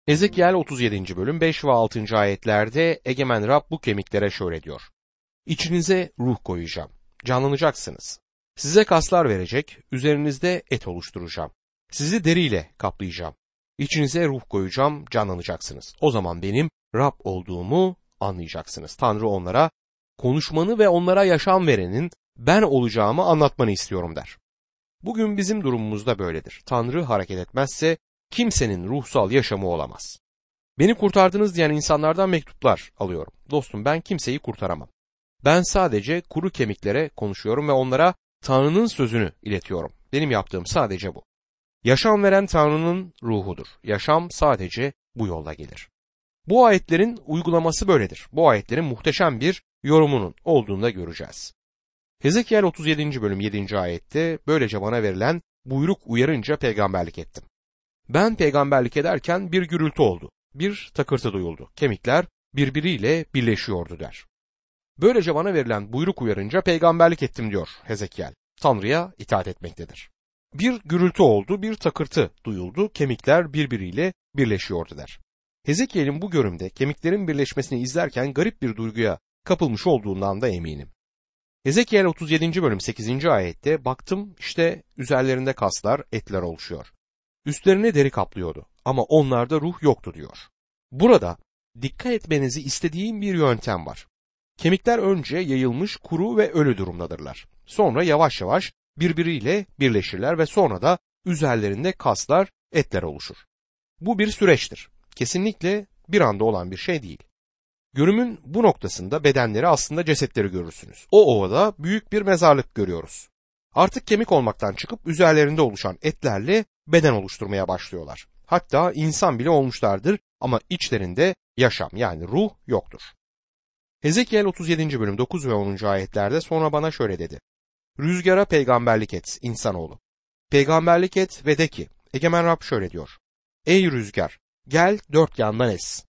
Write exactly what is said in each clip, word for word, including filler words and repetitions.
Hezekiel otuz yedinci bölüm beş ve altıncı ayetlerde Egemen Rab bu kemiklere şöyle diyor. İçinize ruh koyacağım, canlanacaksınız. Size kaslar verecek, üzerinizde et oluşturacağım. Sizi deriyle kaplayacağım. İçinize ruh koyacağım, canlanacaksınız. O zaman benim Rab olduğumu anlayacaksınız. Tanrı onlara konuşmanı ve onlara yaşam verenin ben olacağımı anlatmanı istiyorum der. Bugün bizim durumumuzda böyledir. Tanrı hareket etmezse kimsenin ruhsal yaşamı olamaz. Beni kurtardınız diyen insanlardan mektuplar alıyorum. Dostum, ben kimseyi kurtaramam. Ben sadece kuru kemiklere konuşuyorum ve onlara Tanrı'nın sözünü iletiyorum. Benim yaptığım sadece bu. Yaşam veren Tanrı'nın ruhudur. Yaşam sadece bu yolla gelir. Bu ayetlerin uygulaması böyledir. Bu ayetlerin muhteşem bir yorumunun olduğunu da göreceğiz. Hezekiel otuz yedinci bölüm yedinci ayette böylece bana verilen buyruk uyarınca peygamberlik ettim. Ben peygamberlik ederken bir gürültü oldu, bir takırtı duyuldu, kemikler birbiriyle birleşiyordu der. Böylece bana verilen buyruk uyarınca peygamberlik ettim diyor Hezekiel. Tanrı'ya itaat etmektedir. Bir gürültü oldu, bir takırtı duyuldu, kemikler birbiriyle birleşiyordu der. Hezekiel'in bu görümde kemiklerin birleşmesini izlerken garip bir duyguya kapılmış olduğundan da eminim. Hezekiel otuz yedinci bölüm sekizinci ayette baktım işte üzerlerinde kaslar, etler oluşuyor. Üstlerine deri kaplıyordu ama onlarda ruh yoktu diyor. Burada dikkat etmenizi istediğim bir yöntem var. Kemikler önce yayılmış, kuru ve ölü durumdadırlar. Sonra yavaş yavaş birbiriyle birleşirler ve sonra da üzerlerinde kaslar, etler oluşur. Bu bir süreçtir. Kesinlikle bir anda olan bir şey değil. Görümün bu noktasında bedenleri aslında cesetleri görürsünüz. O ovada büyük bir mezarlık görüyoruz. Artık kemik olmaktan çıkıp üzerlerinde oluşan etlerle beden oluşturmaya başlıyorlar. Hatta insan bile olmuşlardır ama içlerinde yaşam yani ruh yoktur. Hezekiel otuz yedinci bölüm dokuz ve onuncu ayetlerde sonra bana şöyle dedi. Rüzgara peygamberlik et insanoğlu. Peygamberlik et ve de ki Egemen Rab şöyle diyor. Ey rüzgar gel dört yandan es.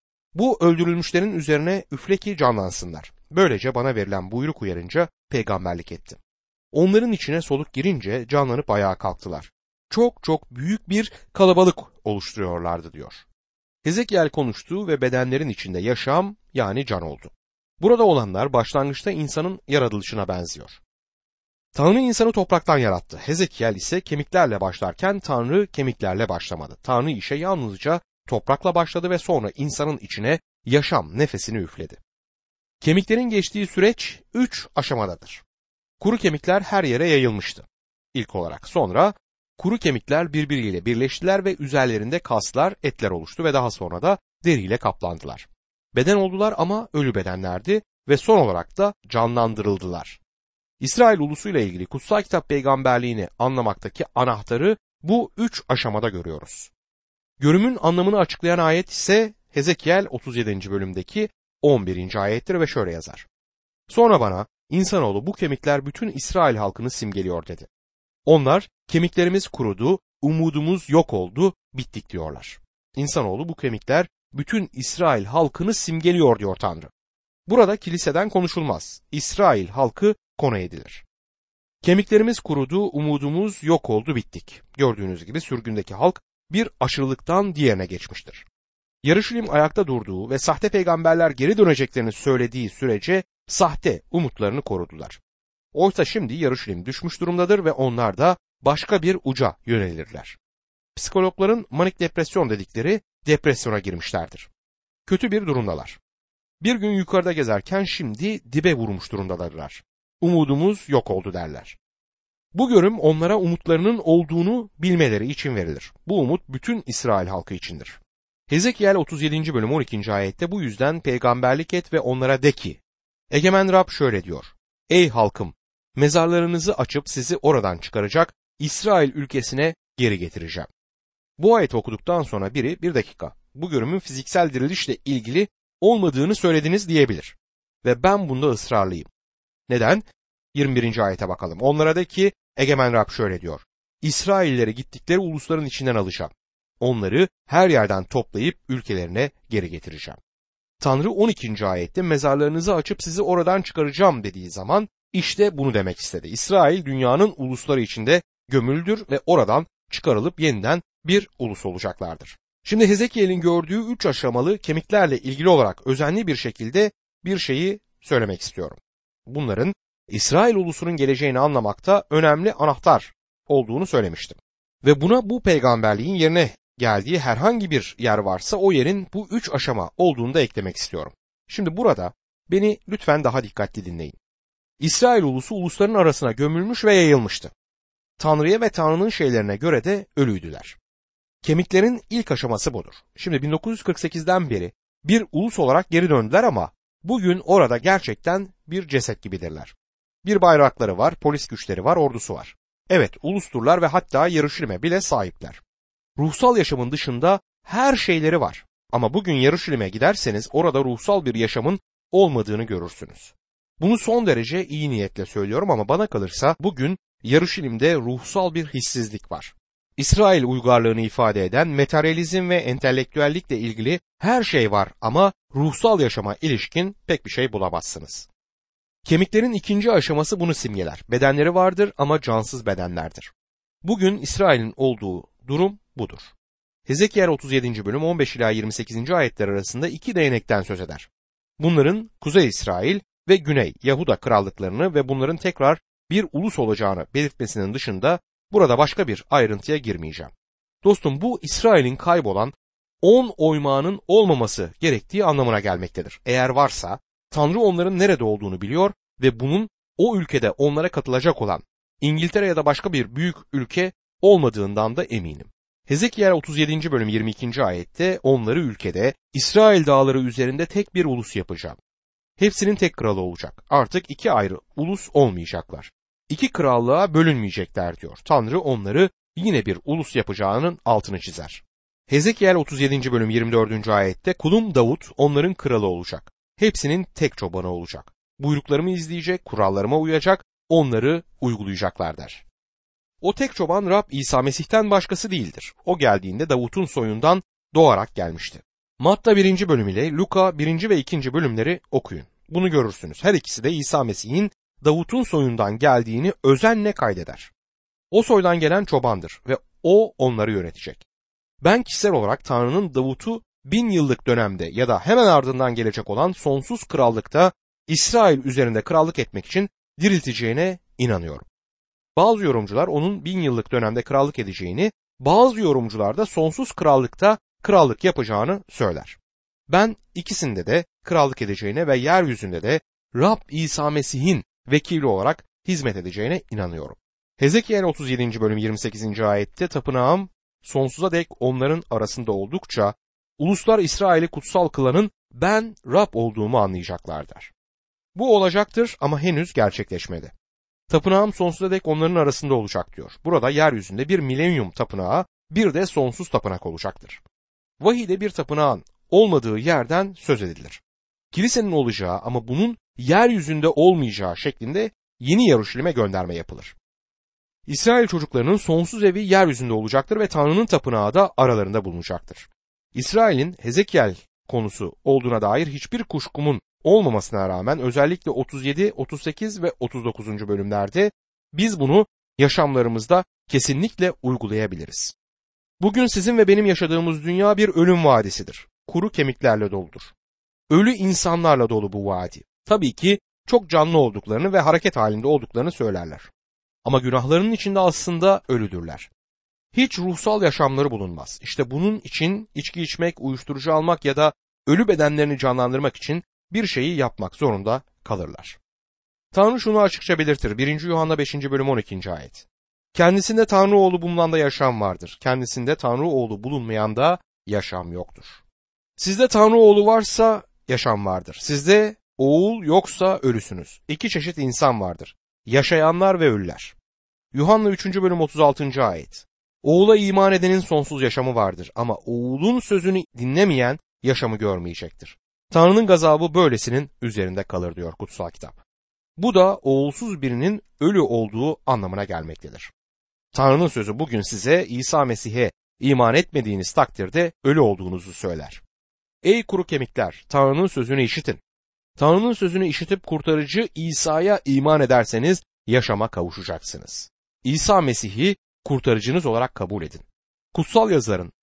Bu öldürülmüşlerin üzerine üfle ki canlansınlar. Böylece bana verilen buyruk uyarınca peygamberlik ettim. Onların içine soluk girince canlanıp ayağa kalktılar. Çok çok büyük bir kalabalık oluşturuyorlardı diyor. Hezekiel konuştu ve bedenlerin içinde yaşam yani can oldu. Burada olanlar başlangıçta insanın yaratılışına benziyor. Tanrı insanı topraktan yarattı. Hezekiel ise kemiklerle başlarken Tanrı kemiklerle başlamadı. Tanrı işe yalnızca toprakla başladı ve sonra insanın içine yaşam nefesini üfledi. Kemiklerin geçtiği süreç üç aşamadadır. Kuru kemikler her yere yayılmıştı. İlk olarak sonra kuru kemikler birbiriyle birleştiler ve üzerlerinde kaslar, etler oluştu ve daha sonra da deriyle kaplandılar. Beden oldular ama ölü bedenlerdi ve son olarak da canlandırıldılar. İsrail ulusuyla ilgili kutsal kitap peygamberliğini anlamaktaki anahtarı bu üç aşamada görüyoruz. Görümün anlamını açıklayan ayet ise Hezekiel otuz yedinci bölümdeki on birinci ayettir ve şöyle yazar. Sonra bana insanoğlu bu kemikler bütün İsrail halkını simgeliyor dedi. Onlar kemiklerimiz kurudu, umudumuz yok oldu, bittik diyorlar. İnsanoğlu bu kemikler bütün İsrail halkını simgeliyor diyor Tanrı. Burada kiliseden konuşulmaz. İsrail halkı konu edilir. Kemiklerimiz kurudu, umudumuz yok oldu, bittik. Gördüğünüz gibi sürgündeki halk bir aşırılıktan diğerine geçmiştir. Yarışilim ayakta durduğu ve sahte peygamberler geri döneceklerini söylediği sürece sahte umutlarını korudular. Oysa şimdi Yarışilim düşmüş durumdadır ve onlar da başka bir uca yönelirler. Psikologların manik depresyon dedikleri depresyona girmişlerdir. Kötü bir durumdalar. Bir gün yukarıda gezerken şimdi dibe vurmuş durumdadırlar. Umudumuz yok oldu derler. Bu görüm onlara umutlarının olduğunu bilmeleri için verilir. Bu umut bütün İsrail halkı içindir. Hezekiel otuz yedinci bölüm on ikinci ayette bu yüzden peygamberlik et ve onlara de ki, Egemen Rab şöyle diyor, Ey halkım, mezarlarınızı açıp sizi oradan çıkaracak, İsrail ülkesine geri getireceğim. Bu ayeti okuduktan sonra biri bir dakika, bu görümün fiziksel dirilişle ilgili olmadığını söylediniz diyebilir. Ve ben bunda ısrarlıyım. Neden? yirmi birinci ayete bakalım. Onlara de ki, Egemen Rab şöyle diyor, İsrailleri gittikleri ulusların içinden alacağım. Onları her yerden toplayıp ülkelerine geri getireceğim. Tanrı on ikinci ayette mezarlarınızı açıp sizi oradan çıkaracağım dediği zaman işte bunu demek istedi. İsrail dünyanın ulusları içinde gömüldür ve oradan çıkarılıp yeniden bir ulus olacaklardır. Şimdi Hezekiel'in gördüğü üç aşamalı kemiklerle ilgili olarak özenli bir şekilde bir şeyi söylemek istiyorum. Bunların İsrail ulusunun geleceğini anlamakta önemli anahtar olduğunu söylemiştim. Ve buna bu peygamberliğin yerine geldiği herhangi bir yer varsa o yerin bu üç aşama olduğunu da eklemek istiyorum. Şimdi burada beni lütfen daha dikkatli dinleyin. İsrail ulusu ulusların arasına gömülmüş ve yayılmıştı. Tanrı'ya ve Tanrı'nın şeylerine göre de ölüydüler. Kemiklerin ilk aşaması budur. Şimdi bin dokuz yüz kırk sekizden beri bir ulus olarak geri döndüler ama bugün orada gerçekten bir ceset gibidirler. Bir bayrakları var, polis güçleri var, ordusu var. Evet, ulusturlar ve hatta Yeruşalim'e bile sahipler. Ruhsal yaşamın dışında her şeyleri var. Ama bugün Yeruşalim'e giderseniz orada ruhsal bir yaşamın olmadığını görürsünüz. Bunu son derece iyi niyetle söylüyorum ama bana kalırsa bugün Yeruşalim'de ruhsal bir hissizlik var. İsrail uygarlığını ifade eden materyalizm ve entelektüellikle ilgili her şey var ama ruhsal yaşama ilişkin pek bir şey bulamazsınız. Kemiklerin ikinci aşaması bunu simgeler. Bedenleri vardır ama cansız bedenlerdir. Bugün İsrail'in olduğu durum budur. Hezekiel otuz yedinci bölüm on beş ila yirmi sekizinci ayetler arasında iki değnekten söz eder. Bunların Kuzey İsrail ve Güney Yahuda krallıklarını ve bunların tekrar bir ulus olacağını belirtmesinin dışında burada başka bir ayrıntıya girmeyeceğim. Dostum, bu İsrail'in kaybolan on oymağının olmaması gerektiği anlamına gelmektedir. Eğer varsa Tanrı onların nerede olduğunu biliyor ve bunun o ülkede onlara katılacak olan İngiltere ya da başka bir büyük ülke olmadığından da eminim. Hezekiel otuz yedinci bölüm yirmi ikinci ayette onları ülkede İsrail dağları üzerinde tek bir ulus yapacağım. Hepsinin tek kralı olacak. Artık iki ayrı ulus olmayacaklar. İki krallığa bölünmeyecekler diyor. Tanrı onları yine bir ulus yapacağının altını çizer. Hezekiel otuz yedinci bölüm yirmi dördüncü ayette kulum Davut onların kralı olacak. Hepsinin tek çobanı olacak. Buyruklarımı izleyecek, kurallarıma uyacak, onları uygulayacaklar der. O tek çoban Rab İsa Mesih'ten başkası değildir. O geldiğinde Davut'un soyundan doğarak gelmişti. Matta birinci bölüm ile Luka birinci ve ikinci bölümleri okuyun. Bunu görürsünüz. Her ikisi de İsa Mesih'in Davut'un soyundan geldiğini özenle kaydeder. O soydan gelen çobandır ve o onları yönetecek. Ben kişisel olarak Tanrı'nın Davut'u bin yıllık dönemde ya da hemen ardından gelecek olan sonsuz krallıkta İsrail üzerinde krallık etmek için dirilteceğine inanıyorum. Bazı yorumcular onun bin yıllık dönemde krallık edeceğini, bazı yorumcular da sonsuz krallıkta krallık yapacağını söyler. Ben ikisinde de krallık edeceğine ve yeryüzünde de Rab İsa Mesih'in vekili olarak hizmet edeceğine inanıyorum. Hezekiel otuz yedinci bölüm yirmi sekizinci ayette tapınağım sonsuza dek onların arasında oldukça uluslar İsrail'i kutsal kılanın ben Rab olduğumu anlayacaklardır. Bu olacaktır ama henüz gerçekleşmedi. Tapınağım sonsuza dek onların arasında olacak diyor. Burada yeryüzünde bir milenyum tapınağı, bir de sonsuz tapınak olacaktır. Vahide bir tapınağın olmadığı yerden söz edilir. Kilisenin olacağı ama bunun yeryüzünde olmayacağı şeklinde yeni Yeruşalim'e gönderme yapılır. İsrail çocuklarının sonsuz evi yeryüzünde olacaktır ve Tanrı'nın tapınağı da aralarında bulunacaktır. İsrail'in Hezekiel konusu olduğuna dair hiçbir kuşkumun olmamasına rağmen özellikle otuz yedi, otuz sekiz ve otuz dokuzuncu bölümlerde biz bunu yaşamlarımızda kesinlikle uygulayabiliriz. Bugün sizin ve benim yaşadığımız dünya bir ölüm vadisidir. Kuru kemiklerle doludur. Ölü insanlarla dolu bu vadi. Tabii ki çok canlı olduklarını ve hareket halinde olduklarını söylerler. Ama günahlarının içinde aslında ölüdürler. Hiç ruhsal yaşamları bulunmaz. İşte bunun için içki içmek, uyuşturucu almak ya da ölü bedenlerini canlandırmak için bir şeyi yapmak zorunda kalırlar. Tanrı şunu açıkça belirtir. birinci Yuhanna beşinci bölüm on ikinci ayet. Kendisinde Tanrı oğlu bulunan da yaşam vardır. Kendisinde Tanrı oğlu bulunmayan da yaşam yoktur. Sizde Tanrı oğlu varsa yaşam vardır. Sizde oğul yoksa ölüsünüz. İki çeşit insan vardır. Yaşayanlar ve ölüler. Yuhanna üçüncü bölüm otuz altıncı ayet. Oğula iman edenin sonsuz yaşamı vardır ama oğulun sözünü dinlemeyen yaşamı görmeyecektir. Tanrı'nın gazabı böylesinin üzerinde kalır diyor kutsal kitap. Bu da oğulsuz birinin ölü olduğu anlamına gelmektedir. Tanrı'nın sözü bugün size İsa Mesih'e iman etmediğiniz takdirde ölü olduğunuzu söyler. Ey kuru kemikler, Tanrı'nın sözünü işitin. Tanrı'nın sözünü işitip kurtarıcı İsa'ya iman ederseniz yaşama kavuşacaksınız. İsa Mesih'i kurtarıcınız olarak kabul edin. Kutsal yazıların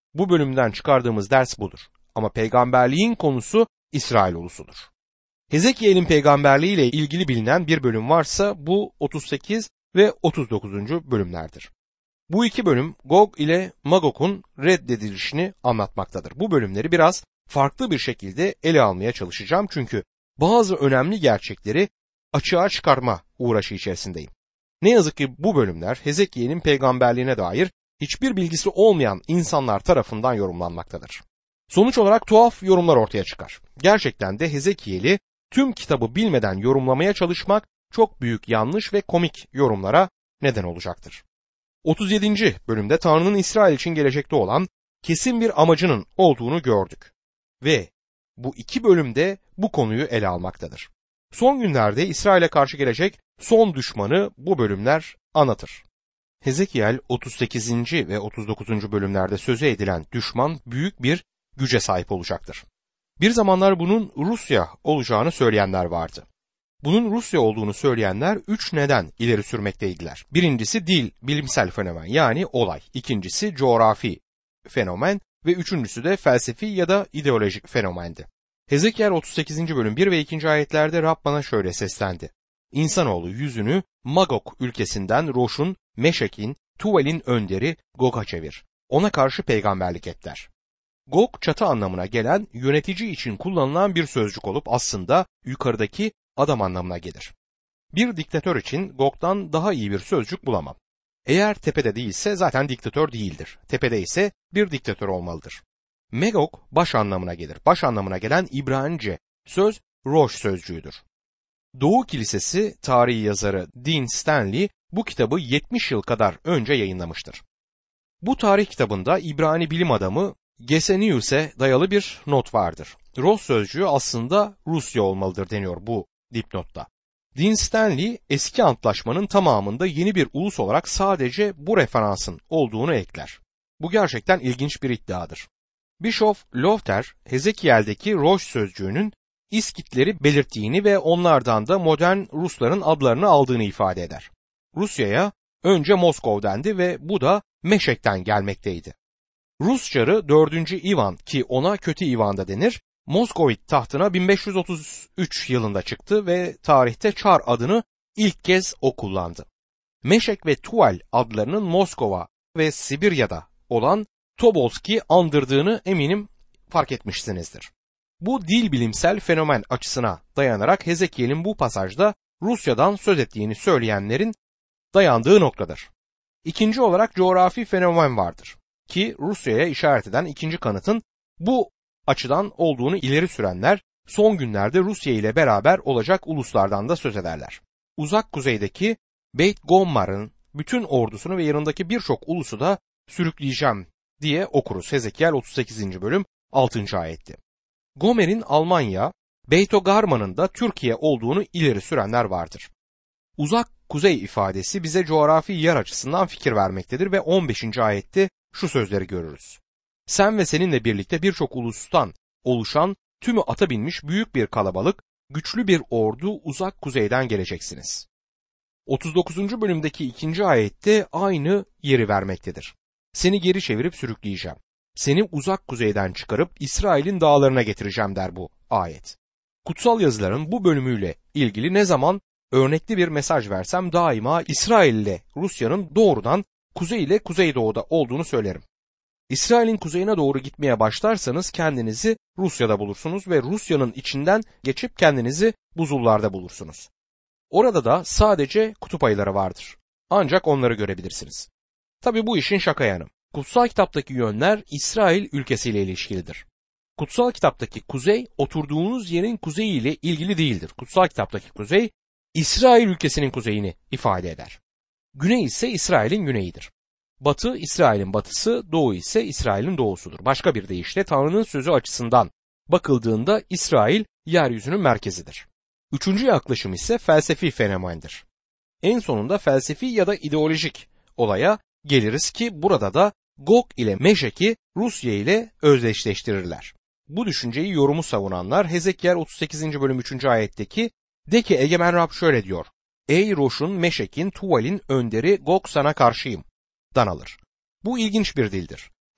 Bu bölümden çıkardığımız ders budur. Ama peygamberliğin konusu İsrail ulusudur. Hezekiel'in peygamberliği ile ilgili bilinen bir bölüm varsa bu otuz sekiz ve otuz dokuzuncu bölümlerdir. Bu iki bölüm Gog ile Magog'un reddedilişini anlatmaktadır. Bu bölümleri biraz farklı bir şekilde ele almaya çalışacağım çünkü bazı önemli gerçekleri açığa çıkarma uğraşı içerisindeyim. Ne yazık ki bu bölümler Hezekiel'in peygamberliğine dair hiçbir bilgisi olmayan insanlar tarafından yorumlanmaktadır. Sonuç olarak tuhaf yorumlar ortaya çıkar. Gerçekten de Hezekiel'i tüm kitabı bilmeden yorumlamaya çalışmak çok büyük yanlış ve komik yorumlara neden olacaktır. otuz yedinci bölümde Tanrı'nın İsrail için gelecekte olan kesin bir amacının olduğunu gördük. Ve bu iki bölümde bu konuyu ele almaktadır. Son günlerde İsrail'e karşı gelecek son düşmanı bu bölümler anlatır. Hezekiel otuz sekizinci ve otuz dokuzuncu bölümlerde sözü edilen düşman büyük bir güce sahip olacaktır. Bir zamanlar bunun Rusya olacağını söyleyenler vardı. Bunun Rusya olduğunu söyleyenler üç neden ileri sürmekteydiler. Birincisi dil, bilimsel fenomen yani olay. İkincisi coğrafi fenomen ve üçüncüsü de felsefi ya da ideolojik fenomendi. Hezekiel otuz sekizinci bölüm bir ve ikinci ayetlerde Rab bana şöyle seslendi. İnsanoğlu yüzünü Magog ülkesinden Roş'un, Meşek'in, Tuval'in önderi Gog'a çevir. Ona karşı peygamberlik et der. Gog çatı anlamına gelen yönetici için kullanılan bir sözcük olup aslında yukarıdaki adam anlamına gelir. Bir diktatör için Gog'dan daha iyi bir sözcük bulamam. Eğer tepede değilse zaten diktatör değildir. Tepede ise bir diktatör olmalıdır. Magog baş anlamına gelir. Baş anlamına gelen İbranice söz Roş sözcüğüdür. Doğu Kilisesi tarihi yazarı Dean Stanley bu kitabı yetmiş yıl kadar önce yayınlamıştır. Bu tarih kitabında İbrani bilim adamı Gesenius'e dayalı bir not vardır. Roş sözcüğü aslında Rusya olmalıdır deniyor bu dipnotta. Dean Stanley eski antlaşmanın tamamında yeni bir ulus olarak sadece bu referansın olduğunu ekler. Bu gerçekten ilginç bir iddiadır. Bischoff Lowther, Hezekiel'deki Roş sözcüğünün İskitleri belirttiğini ve onlardan da modern Rusların adlarını aldığını ifade eder. Rusya'ya önce Moskov dendi ve bu da Meşek'ten gelmekteydi. Rus çarı dördüncü Ivan ki ona kötü Ivan da denir, Moskovit tahtına bin beş yüz otuz üç yılında çıktı ve tarihte Çar adını ilk kez o kullandı. Meşek ve Tuval adlarının Moskova ve Sibirya'da olan Tobolski andırdığını eminim fark etmişsinizdir. Bu dil bilimsel fenomen açısına dayanarak Hezekiel'in bu pasajda Rusya'dan söz ettiğini söyleyenlerin dayandığı noktadır. İkinci olarak coğrafi fenomen vardır ki Rusya'ya işaret eden ikinci kanıtın bu açıdan olduğunu ileri sürenler son günlerde Rusya ile beraber olacak uluslardan da söz ederler. Uzak kuzeydeki Beit Gommar'ın bütün ordusunu ve yanındaki birçok ulusu da sürükleyeceğim diye okuruz. Hezekiel otuz sekizinci bölüm altıncı ayetti. Gomer'in Almanya, Beytogarman'ın da Türkiye olduğunu ileri sürenler vardır. Uzak kuzey ifadesi bize coğrafi yer açısından fikir vermektedir ve on beşinci ayette şu sözleri görürüz. Sen ve seninle birlikte birçok ulustan oluşan tümü ata binmiş büyük bir kalabalık, güçlü bir ordu uzak kuzeyden geleceksiniz. otuz dokuzuncu bölümdeki ikinci ayette aynı yeri vermektedir. Seni geri çevirip sürükleyeceğim. Seni uzak kuzeyden çıkarıp İsrail'in dağlarına getireceğim der bu ayet. Kutsal yazıların bu bölümüyle ilgili ne zaman örnekli bir mesaj versem daima İsrail ile Rusya'nın doğrudan kuzey ile kuzeydoğuda olduğunu söylerim. İsrail'in kuzeyine doğru gitmeye başlarsanız kendinizi Rusya'da bulursunuz ve Rusya'nın içinden geçip kendinizi buzullarda bulursunuz. Orada da sadece kutup ayıları vardır. Ancak onları görebilirsiniz. Tabii bu işin şaka yanı. Kutsal kitaptaki yönler İsrail ülkesiyle ilişkilidir. Kutsal kitaptaki kuzey oturduğunuz yerin kuzeyi ile ilgili değildir. Kutsal kitaptaki kuzey İsrail ülkesinin kuzeyini ifade eder. Güney ise İsrail'in güneyidir. Batı İsrail'in batısı, doğu ise İsrail'in doğusudur. Başka bir deyişle Tanrı'nın sözü açısından bakıldığında İsrail yeryüzünün merkezidir. Üçüncü yaklaşım ise felsefi fenomendir. En sonunda felsefi ya da ideolojik olaya geliriz ki burada da Gog ile Meşek'i Rusya ile özdeşleştirirler. Bu düşünceyi yorumu savunanlar Hezekiel otuz sekizinci bölüm üçüncü ayetteki de ki Egemen Rab şöyle diyor. Ey Roş'un, Meşek'in, Tuval'in önderi Gog sana karşıyım dan alır. Bu ilginç bir dildir.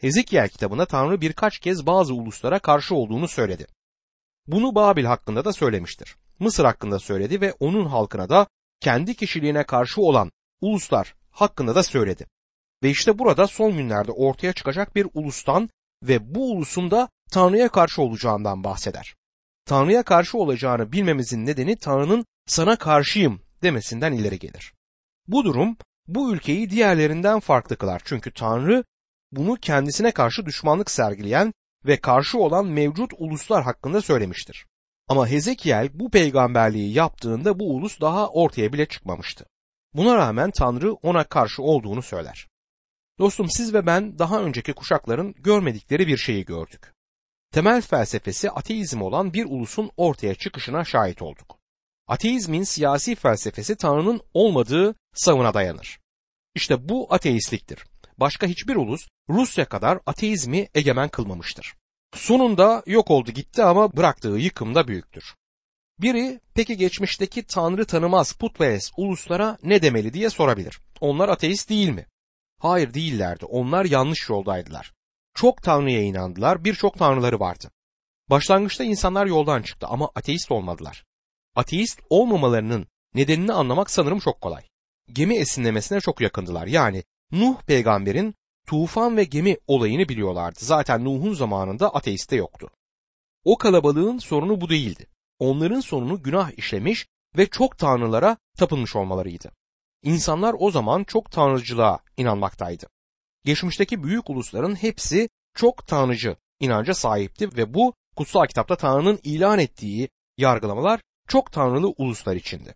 Hezekiel kitabında Tanrı birkaç kez bazı uluslara karşı olduğunu söyledi. Bunu Babil hakkında da söylemiştir. Mısır hakkında söyledi ve onun halkına da kendi kişiliğine karşı olan uluslar hakkında da söyledi. Ve işte burada son günlerde ortaya çıkacak bir ulustan ve bu ulusun da Tanrı'ya karşı olacağından bahseder. Tanrı'ya karşı olacağını bilmemizin nedeni Tanrı'nın sana karşıyım demesinden ileri gelir. Bu durum bu ülkeyi diğerlerinden farklı kılar. Çünkü Tanrı bunu kendisine karşı düşmanlık sergileyen ve karşı olan mevcut uluslar hakkında söylemiştir. Ama Hezekiel bu peygamberliği yaptığında bu ulus daha ortaya bile çıkmamıştı. Buna rağmen Tanrı ona karşı olduğunu söyler. Dostum, siz ve ben daha önceki kuşakların görmedikleri bir şeyi gördük. Temel felsefesi ateizm olan bir ulusun ortaya çıkışına şahit olduk. Ateizmin siyasi felsefesi Tanrı'nın olmadığı savına dayanır. İşte bu ateistliktir. Başka hiçbir ulus Rusya kadar ateizmi egemen kılmamıştır. Sonunda yok oldu gitti ama bıraktığı yıkım da büyüktür. Biri peki geçmişteki Tanrı tanımaz putperest uluslara ne demeli diye sorabilir. Onlar ateist değil mi? Hayır, değillerdi. Onlar yanlış yoldaydılar. Çok Tanrı'ya inandılar, birçok tanrıları vardı. Başlangıçta insanlar yoldan çıktı ama ateist olmadılar. Ateist olmamalarının nedenini anlamak sanırım çok kolay. Gemi esinlemesine çok yakındılar. Yani Nuh peygamberin tufan ve gemi olayını biliyorlardı. Zaten Nuh'un zamanında ateist de yoktu. O kalabalığın sorunu bu değildi. Onların sorunu günah işlemiş ve çok tanrılara tapınmış olmalarıydı. İnsanlar o zaman çok tanrıcılığa inanmaktaydı. Geçmişteki büyük ulusların hepsi çok tanrıcı inanca sahipti ve bu kutsal kitapta Tanrı'nın ilan ettiği yargılamalar çok tanrılı uluslar içindi.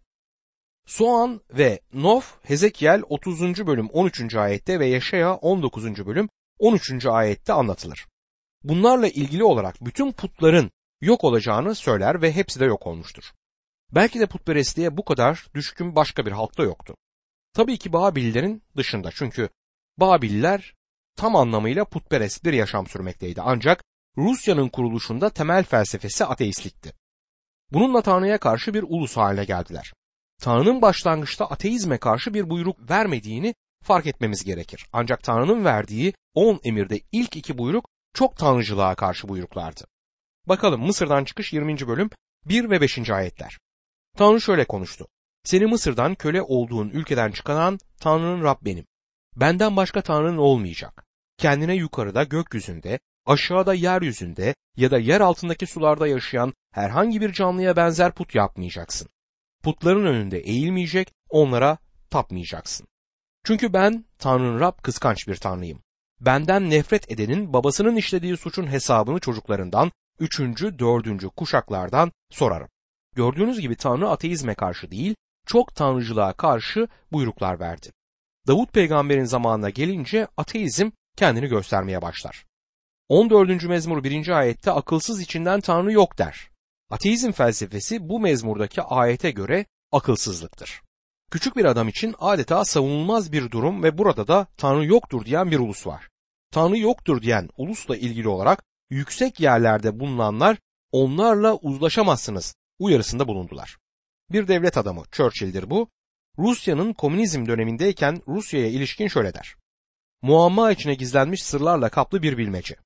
Soan ve Nof, Hezekiel otuzuncu bölüm on üçüncü ayette ve Yeşaya on dokuzuncu bölüm on üçüncü ayette anlatılır. Bunlarla ilgili olarak bütün putların yok olacağını söyler ve hepsi de yok olmuştur. Belki de putperestliğe bu kadar düşkün başka bir halk da yoktu. Tabii ki Babililerin dışında, çünkü Babililer tam anlamıyla putperest bir yaşam sürmekteydi. Ancak Rusya'nın kuruluşunda temel felsefesi ateistlikti. Bununla Tanrı'ya karşı bir ulus haline geldiler. Tanrı'nın başlangıçta ateizme karşı bir buyruk vermediğini fark etmemiz gerekir. Ancak Tanrı'nın verdiği on emirde ilk iki buyruk çok tanrıcılığa karşı buyruklardı. Bakalım Mısır'dan çıkış yirminci bölüm bir ve beşinci ayetler. Tanrı şöyle konuştu. Seni Mısır'dan köle olduğun ülkeden çıkaran Tanrı'nın Rab benim. Benden başka Tanrı'nın olmayacak. Kendine yukarıda gökyüzünde, aşağıda yeryüzünde ya da yer altındaki sularda yaşayan herhangi bir canlıya benzer put yapmayacaksın. Putların önünde eğilmeyecek, onlara tapmayacaksın. Çünkü ben Tanrı'nın Rab kıskanç bir Tanrıyım. Benden nefret edenin babasının işlediği suçun hesabını çocuklarından, üçüncü, dördüncü kuşaklardan sorarım. Gördüğünüz gibi Tanrı ateizme karşı değil, çok tanrıcılığa karşı buyruklar verdi. Davut peygamberin zamanına gelince ateizm kendini göstermeye başlar. on dördüncü mezmur birinci ayette akılsız içinden Tanrı yok der. Ateizm felsefesi bu mezmurdaki ayete göre akılsızlıktır. Küçük bir adam için adeta savunulmaz bir durum ve burada da Tanrı yoktur diyen bir ulus var. Tanrı yoktur diyen ulusla ilgili olarak yüksek yerlerde bulunanlar onlarla uzlaşamazsınız uyarısında bulundular. Bir devlet adamı Churchill'dir bu. Rusya'nın komünizm dönemindeyken Rusya'ya ilişkin şöyle der. Muamma içine gizlenmiş sırlarla kaplı bir bilmece.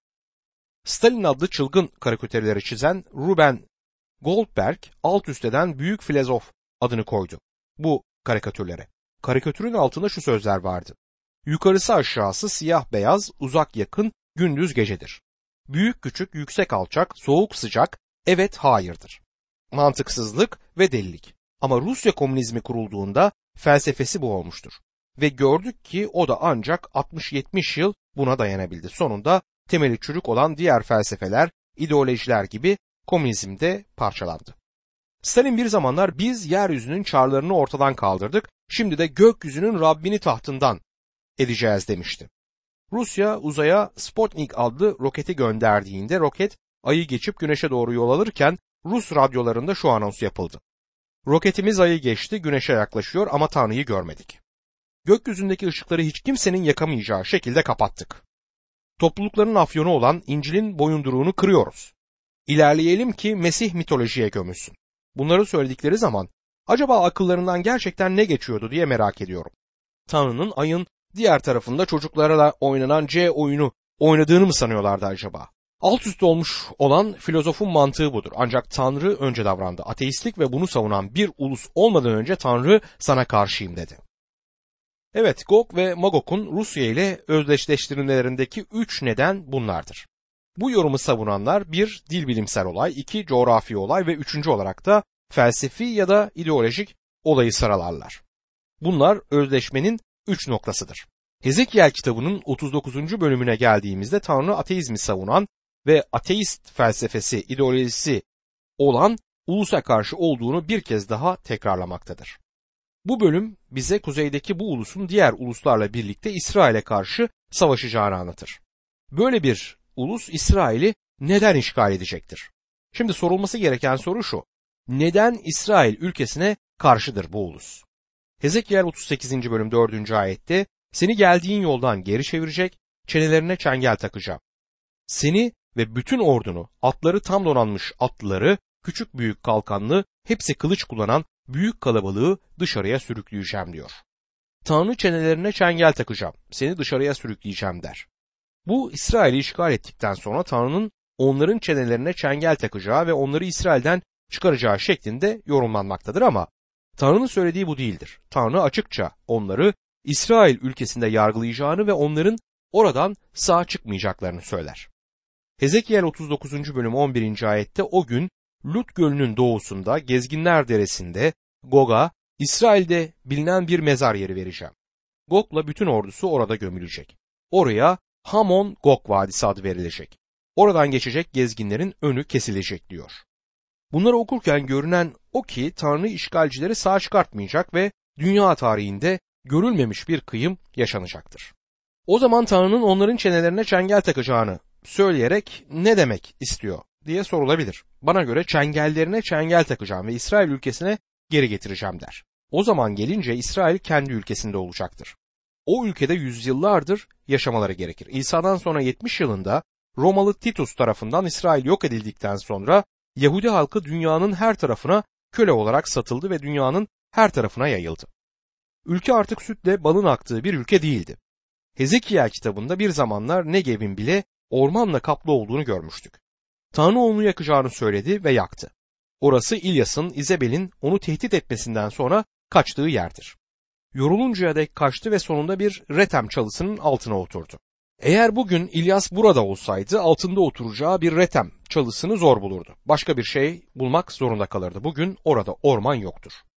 Stalin adlı çılgın karikatürleri çizen Ruben Goldberg alt üsteden büyük filozof adını koydu bu karikatürlere. Karikatürün altında şu sözler vardı. Yukarısı aşağısı siyah beyaz, uzak yakın, gündüz gecedir. Büyük küçük, yüksek alçak, soğuk sıcak, evet hayırdır. Mantıksızlık ve delilik. Ama Rusya komünizmi kurulduğunda felsefesi bu olmuştur. Ve gördük ki o da ancak altmış yetmiş yıl buna dayanabildi. Sonunda temeli çürük olan diğer felsefeler, ideolojiler gibi komünizm de parçalandı. Stalin bir zamanlar biz yeryüzünün çarlarını ortadan kaldırdık, şimdi de gökyüzünün Rabbini tahtından edeceğiz demişti. Rusya uzaya Sputnik adlı roketi gönderdiğinde roket ayı geçip güneşe doğru yol alırken Rus radyolarında şu anons yapıldı. Roketimiz ayı geçti, güneşe yaklaşıyor ama Tanrı'yı görmedik. Gökyüzündeki ışıkları hiç kimsenin yakamayacağı şekilde kapattık. Toplulukların afyonu olan İncil'in boyunduruğunu kırıyoruz. İlerleyelim ki Mesih mitolojiye gömülsün. Bunları söyledikleri zaman acaba akıllarından gerçekten ne geçiyordu diye merak ediyorum. Tanrı'nın ayın diğer tarafında çocuklarla oynanan C oyunu oynadığını mı sanıyorlardı acaba? Alt üst olmuş olan filozofun mantığı budur. Ancak Tanrı önce davrandı. Ateistlik ve bunu savunan bir ulus olmadan önce Tanrı sana karşıyım dedi. Evet, Gog ve Magog'un Rusya ile özdeşleştirilmelerindeki üç neden bunlardır. Bu yorumu savunanlar bir dil bilimsel olay, iki coğrafi olay ve üçüncü olarak da felsefi ya da ideolojik olayı sıralarlar. Bunlar özdeşmenin üç noktasıdır. Hezekiel kitabının otuz dokuzuncu bölümüne geldiğimizde Tanrı ateizmi savunan ve ateist felsefesi, ideolojisi olan ulusa karşı olduğunu bir kez daha tekrarlamaktadır. Bu bölüm bize kuzeydeki bu ulusun diğer uluslarla birlikte İsrail'e karşı savaşacağını anlatır. Böyle bir ulus İsrail'i neden işgal edecektir? Şimdi sorulması gereken soru şu: neden İsrail ülkesine karşıdır bu ulus? Hezekiel otuz sekizinci bölüm dördüncü ayette seni geldiğin yoldan geri çevirecek, çenelerine çengel takacağım. Seni ve bütün ordunu, atları tam donanmış atlıları, küçük büyük kalkanlı, hepsi kılıç kullanan büyük kalabalığı dışarıya sürükleyeceğim diyor. Tanrı çenelerine çengel takacağım, seni dışarıya sürükleyeceğim der. Bu İsrail'i işgal ettikten sonra Tanrı'nın onların çenelerine çengel takacağı ve onları İsrail'den çıkaracağı şeklinde yorumlanmaktadır ama Tanrı'nın söylediği bu değildir. Tanrı açıkça onları İsrail ülkesinde yargılayacağını ve onların oradan sağ çıkmayacaklarını söyler. Hezekiel otuz dokuzuncu bölüm on birinci ayette o gün Lut Gölü'nün doğusunda Gezginler Deresi'nde Gog'a İsrail'de bilinen bir mezar yeri vereceğim. Gog'la bütün ordusu orada gömülecek. Oraya Hamon Gog Vadisi adı verilecek. Oradan geçecek gezginlerin önü kesilecek diyor. Bunları okurken görünen o ki Tanrı işgalcileri sağ çıkartmayacak ve dünya tarihinde görülmemiş bir kıyım yaşanacaktır. O zaman Tanrı'nın onların çenelerine çengel takacağını söyleyerek ne demek istiyor diye sorulabilir. Bana göre çengellerine çengel takacağım ve İsrail ülkesine geri getireceğim der. O zaman gelince İsrail kendi ülkesinde olacaktır. O ülkede yüzyıllardır yaşamaları gerekir. İsa'dan sonra yetmiş yılında Romalı Titus tarafından İsrail yok edildikten sonra Yahudi halkı dünyanın her tarafına köle olarak satıldı ve dünyanın her tarafına yayıldı. Ülke artık sütle balın aktığı bir ülke değildi. Hezekiel kitabında bir zamanlar Negev'in bile ormanla kaplı olduğunu görmüştük. Tanrı onu yakacağını söyledi ve yaktı. Orası İlyas'ın, İzebel'in onu tehdit etmesinden sonra kaçtığı yerdir. Yoruluncaya dek kaçtı ve sonunda bir retem çalısının altına oturdu. Eğer bugün İlyas burada olsaydı altında oturacağı bir retem çalısını zor bulurdu. Başka bir şey bulmak zorunda kalırdı. Bugün orada orman yoktur.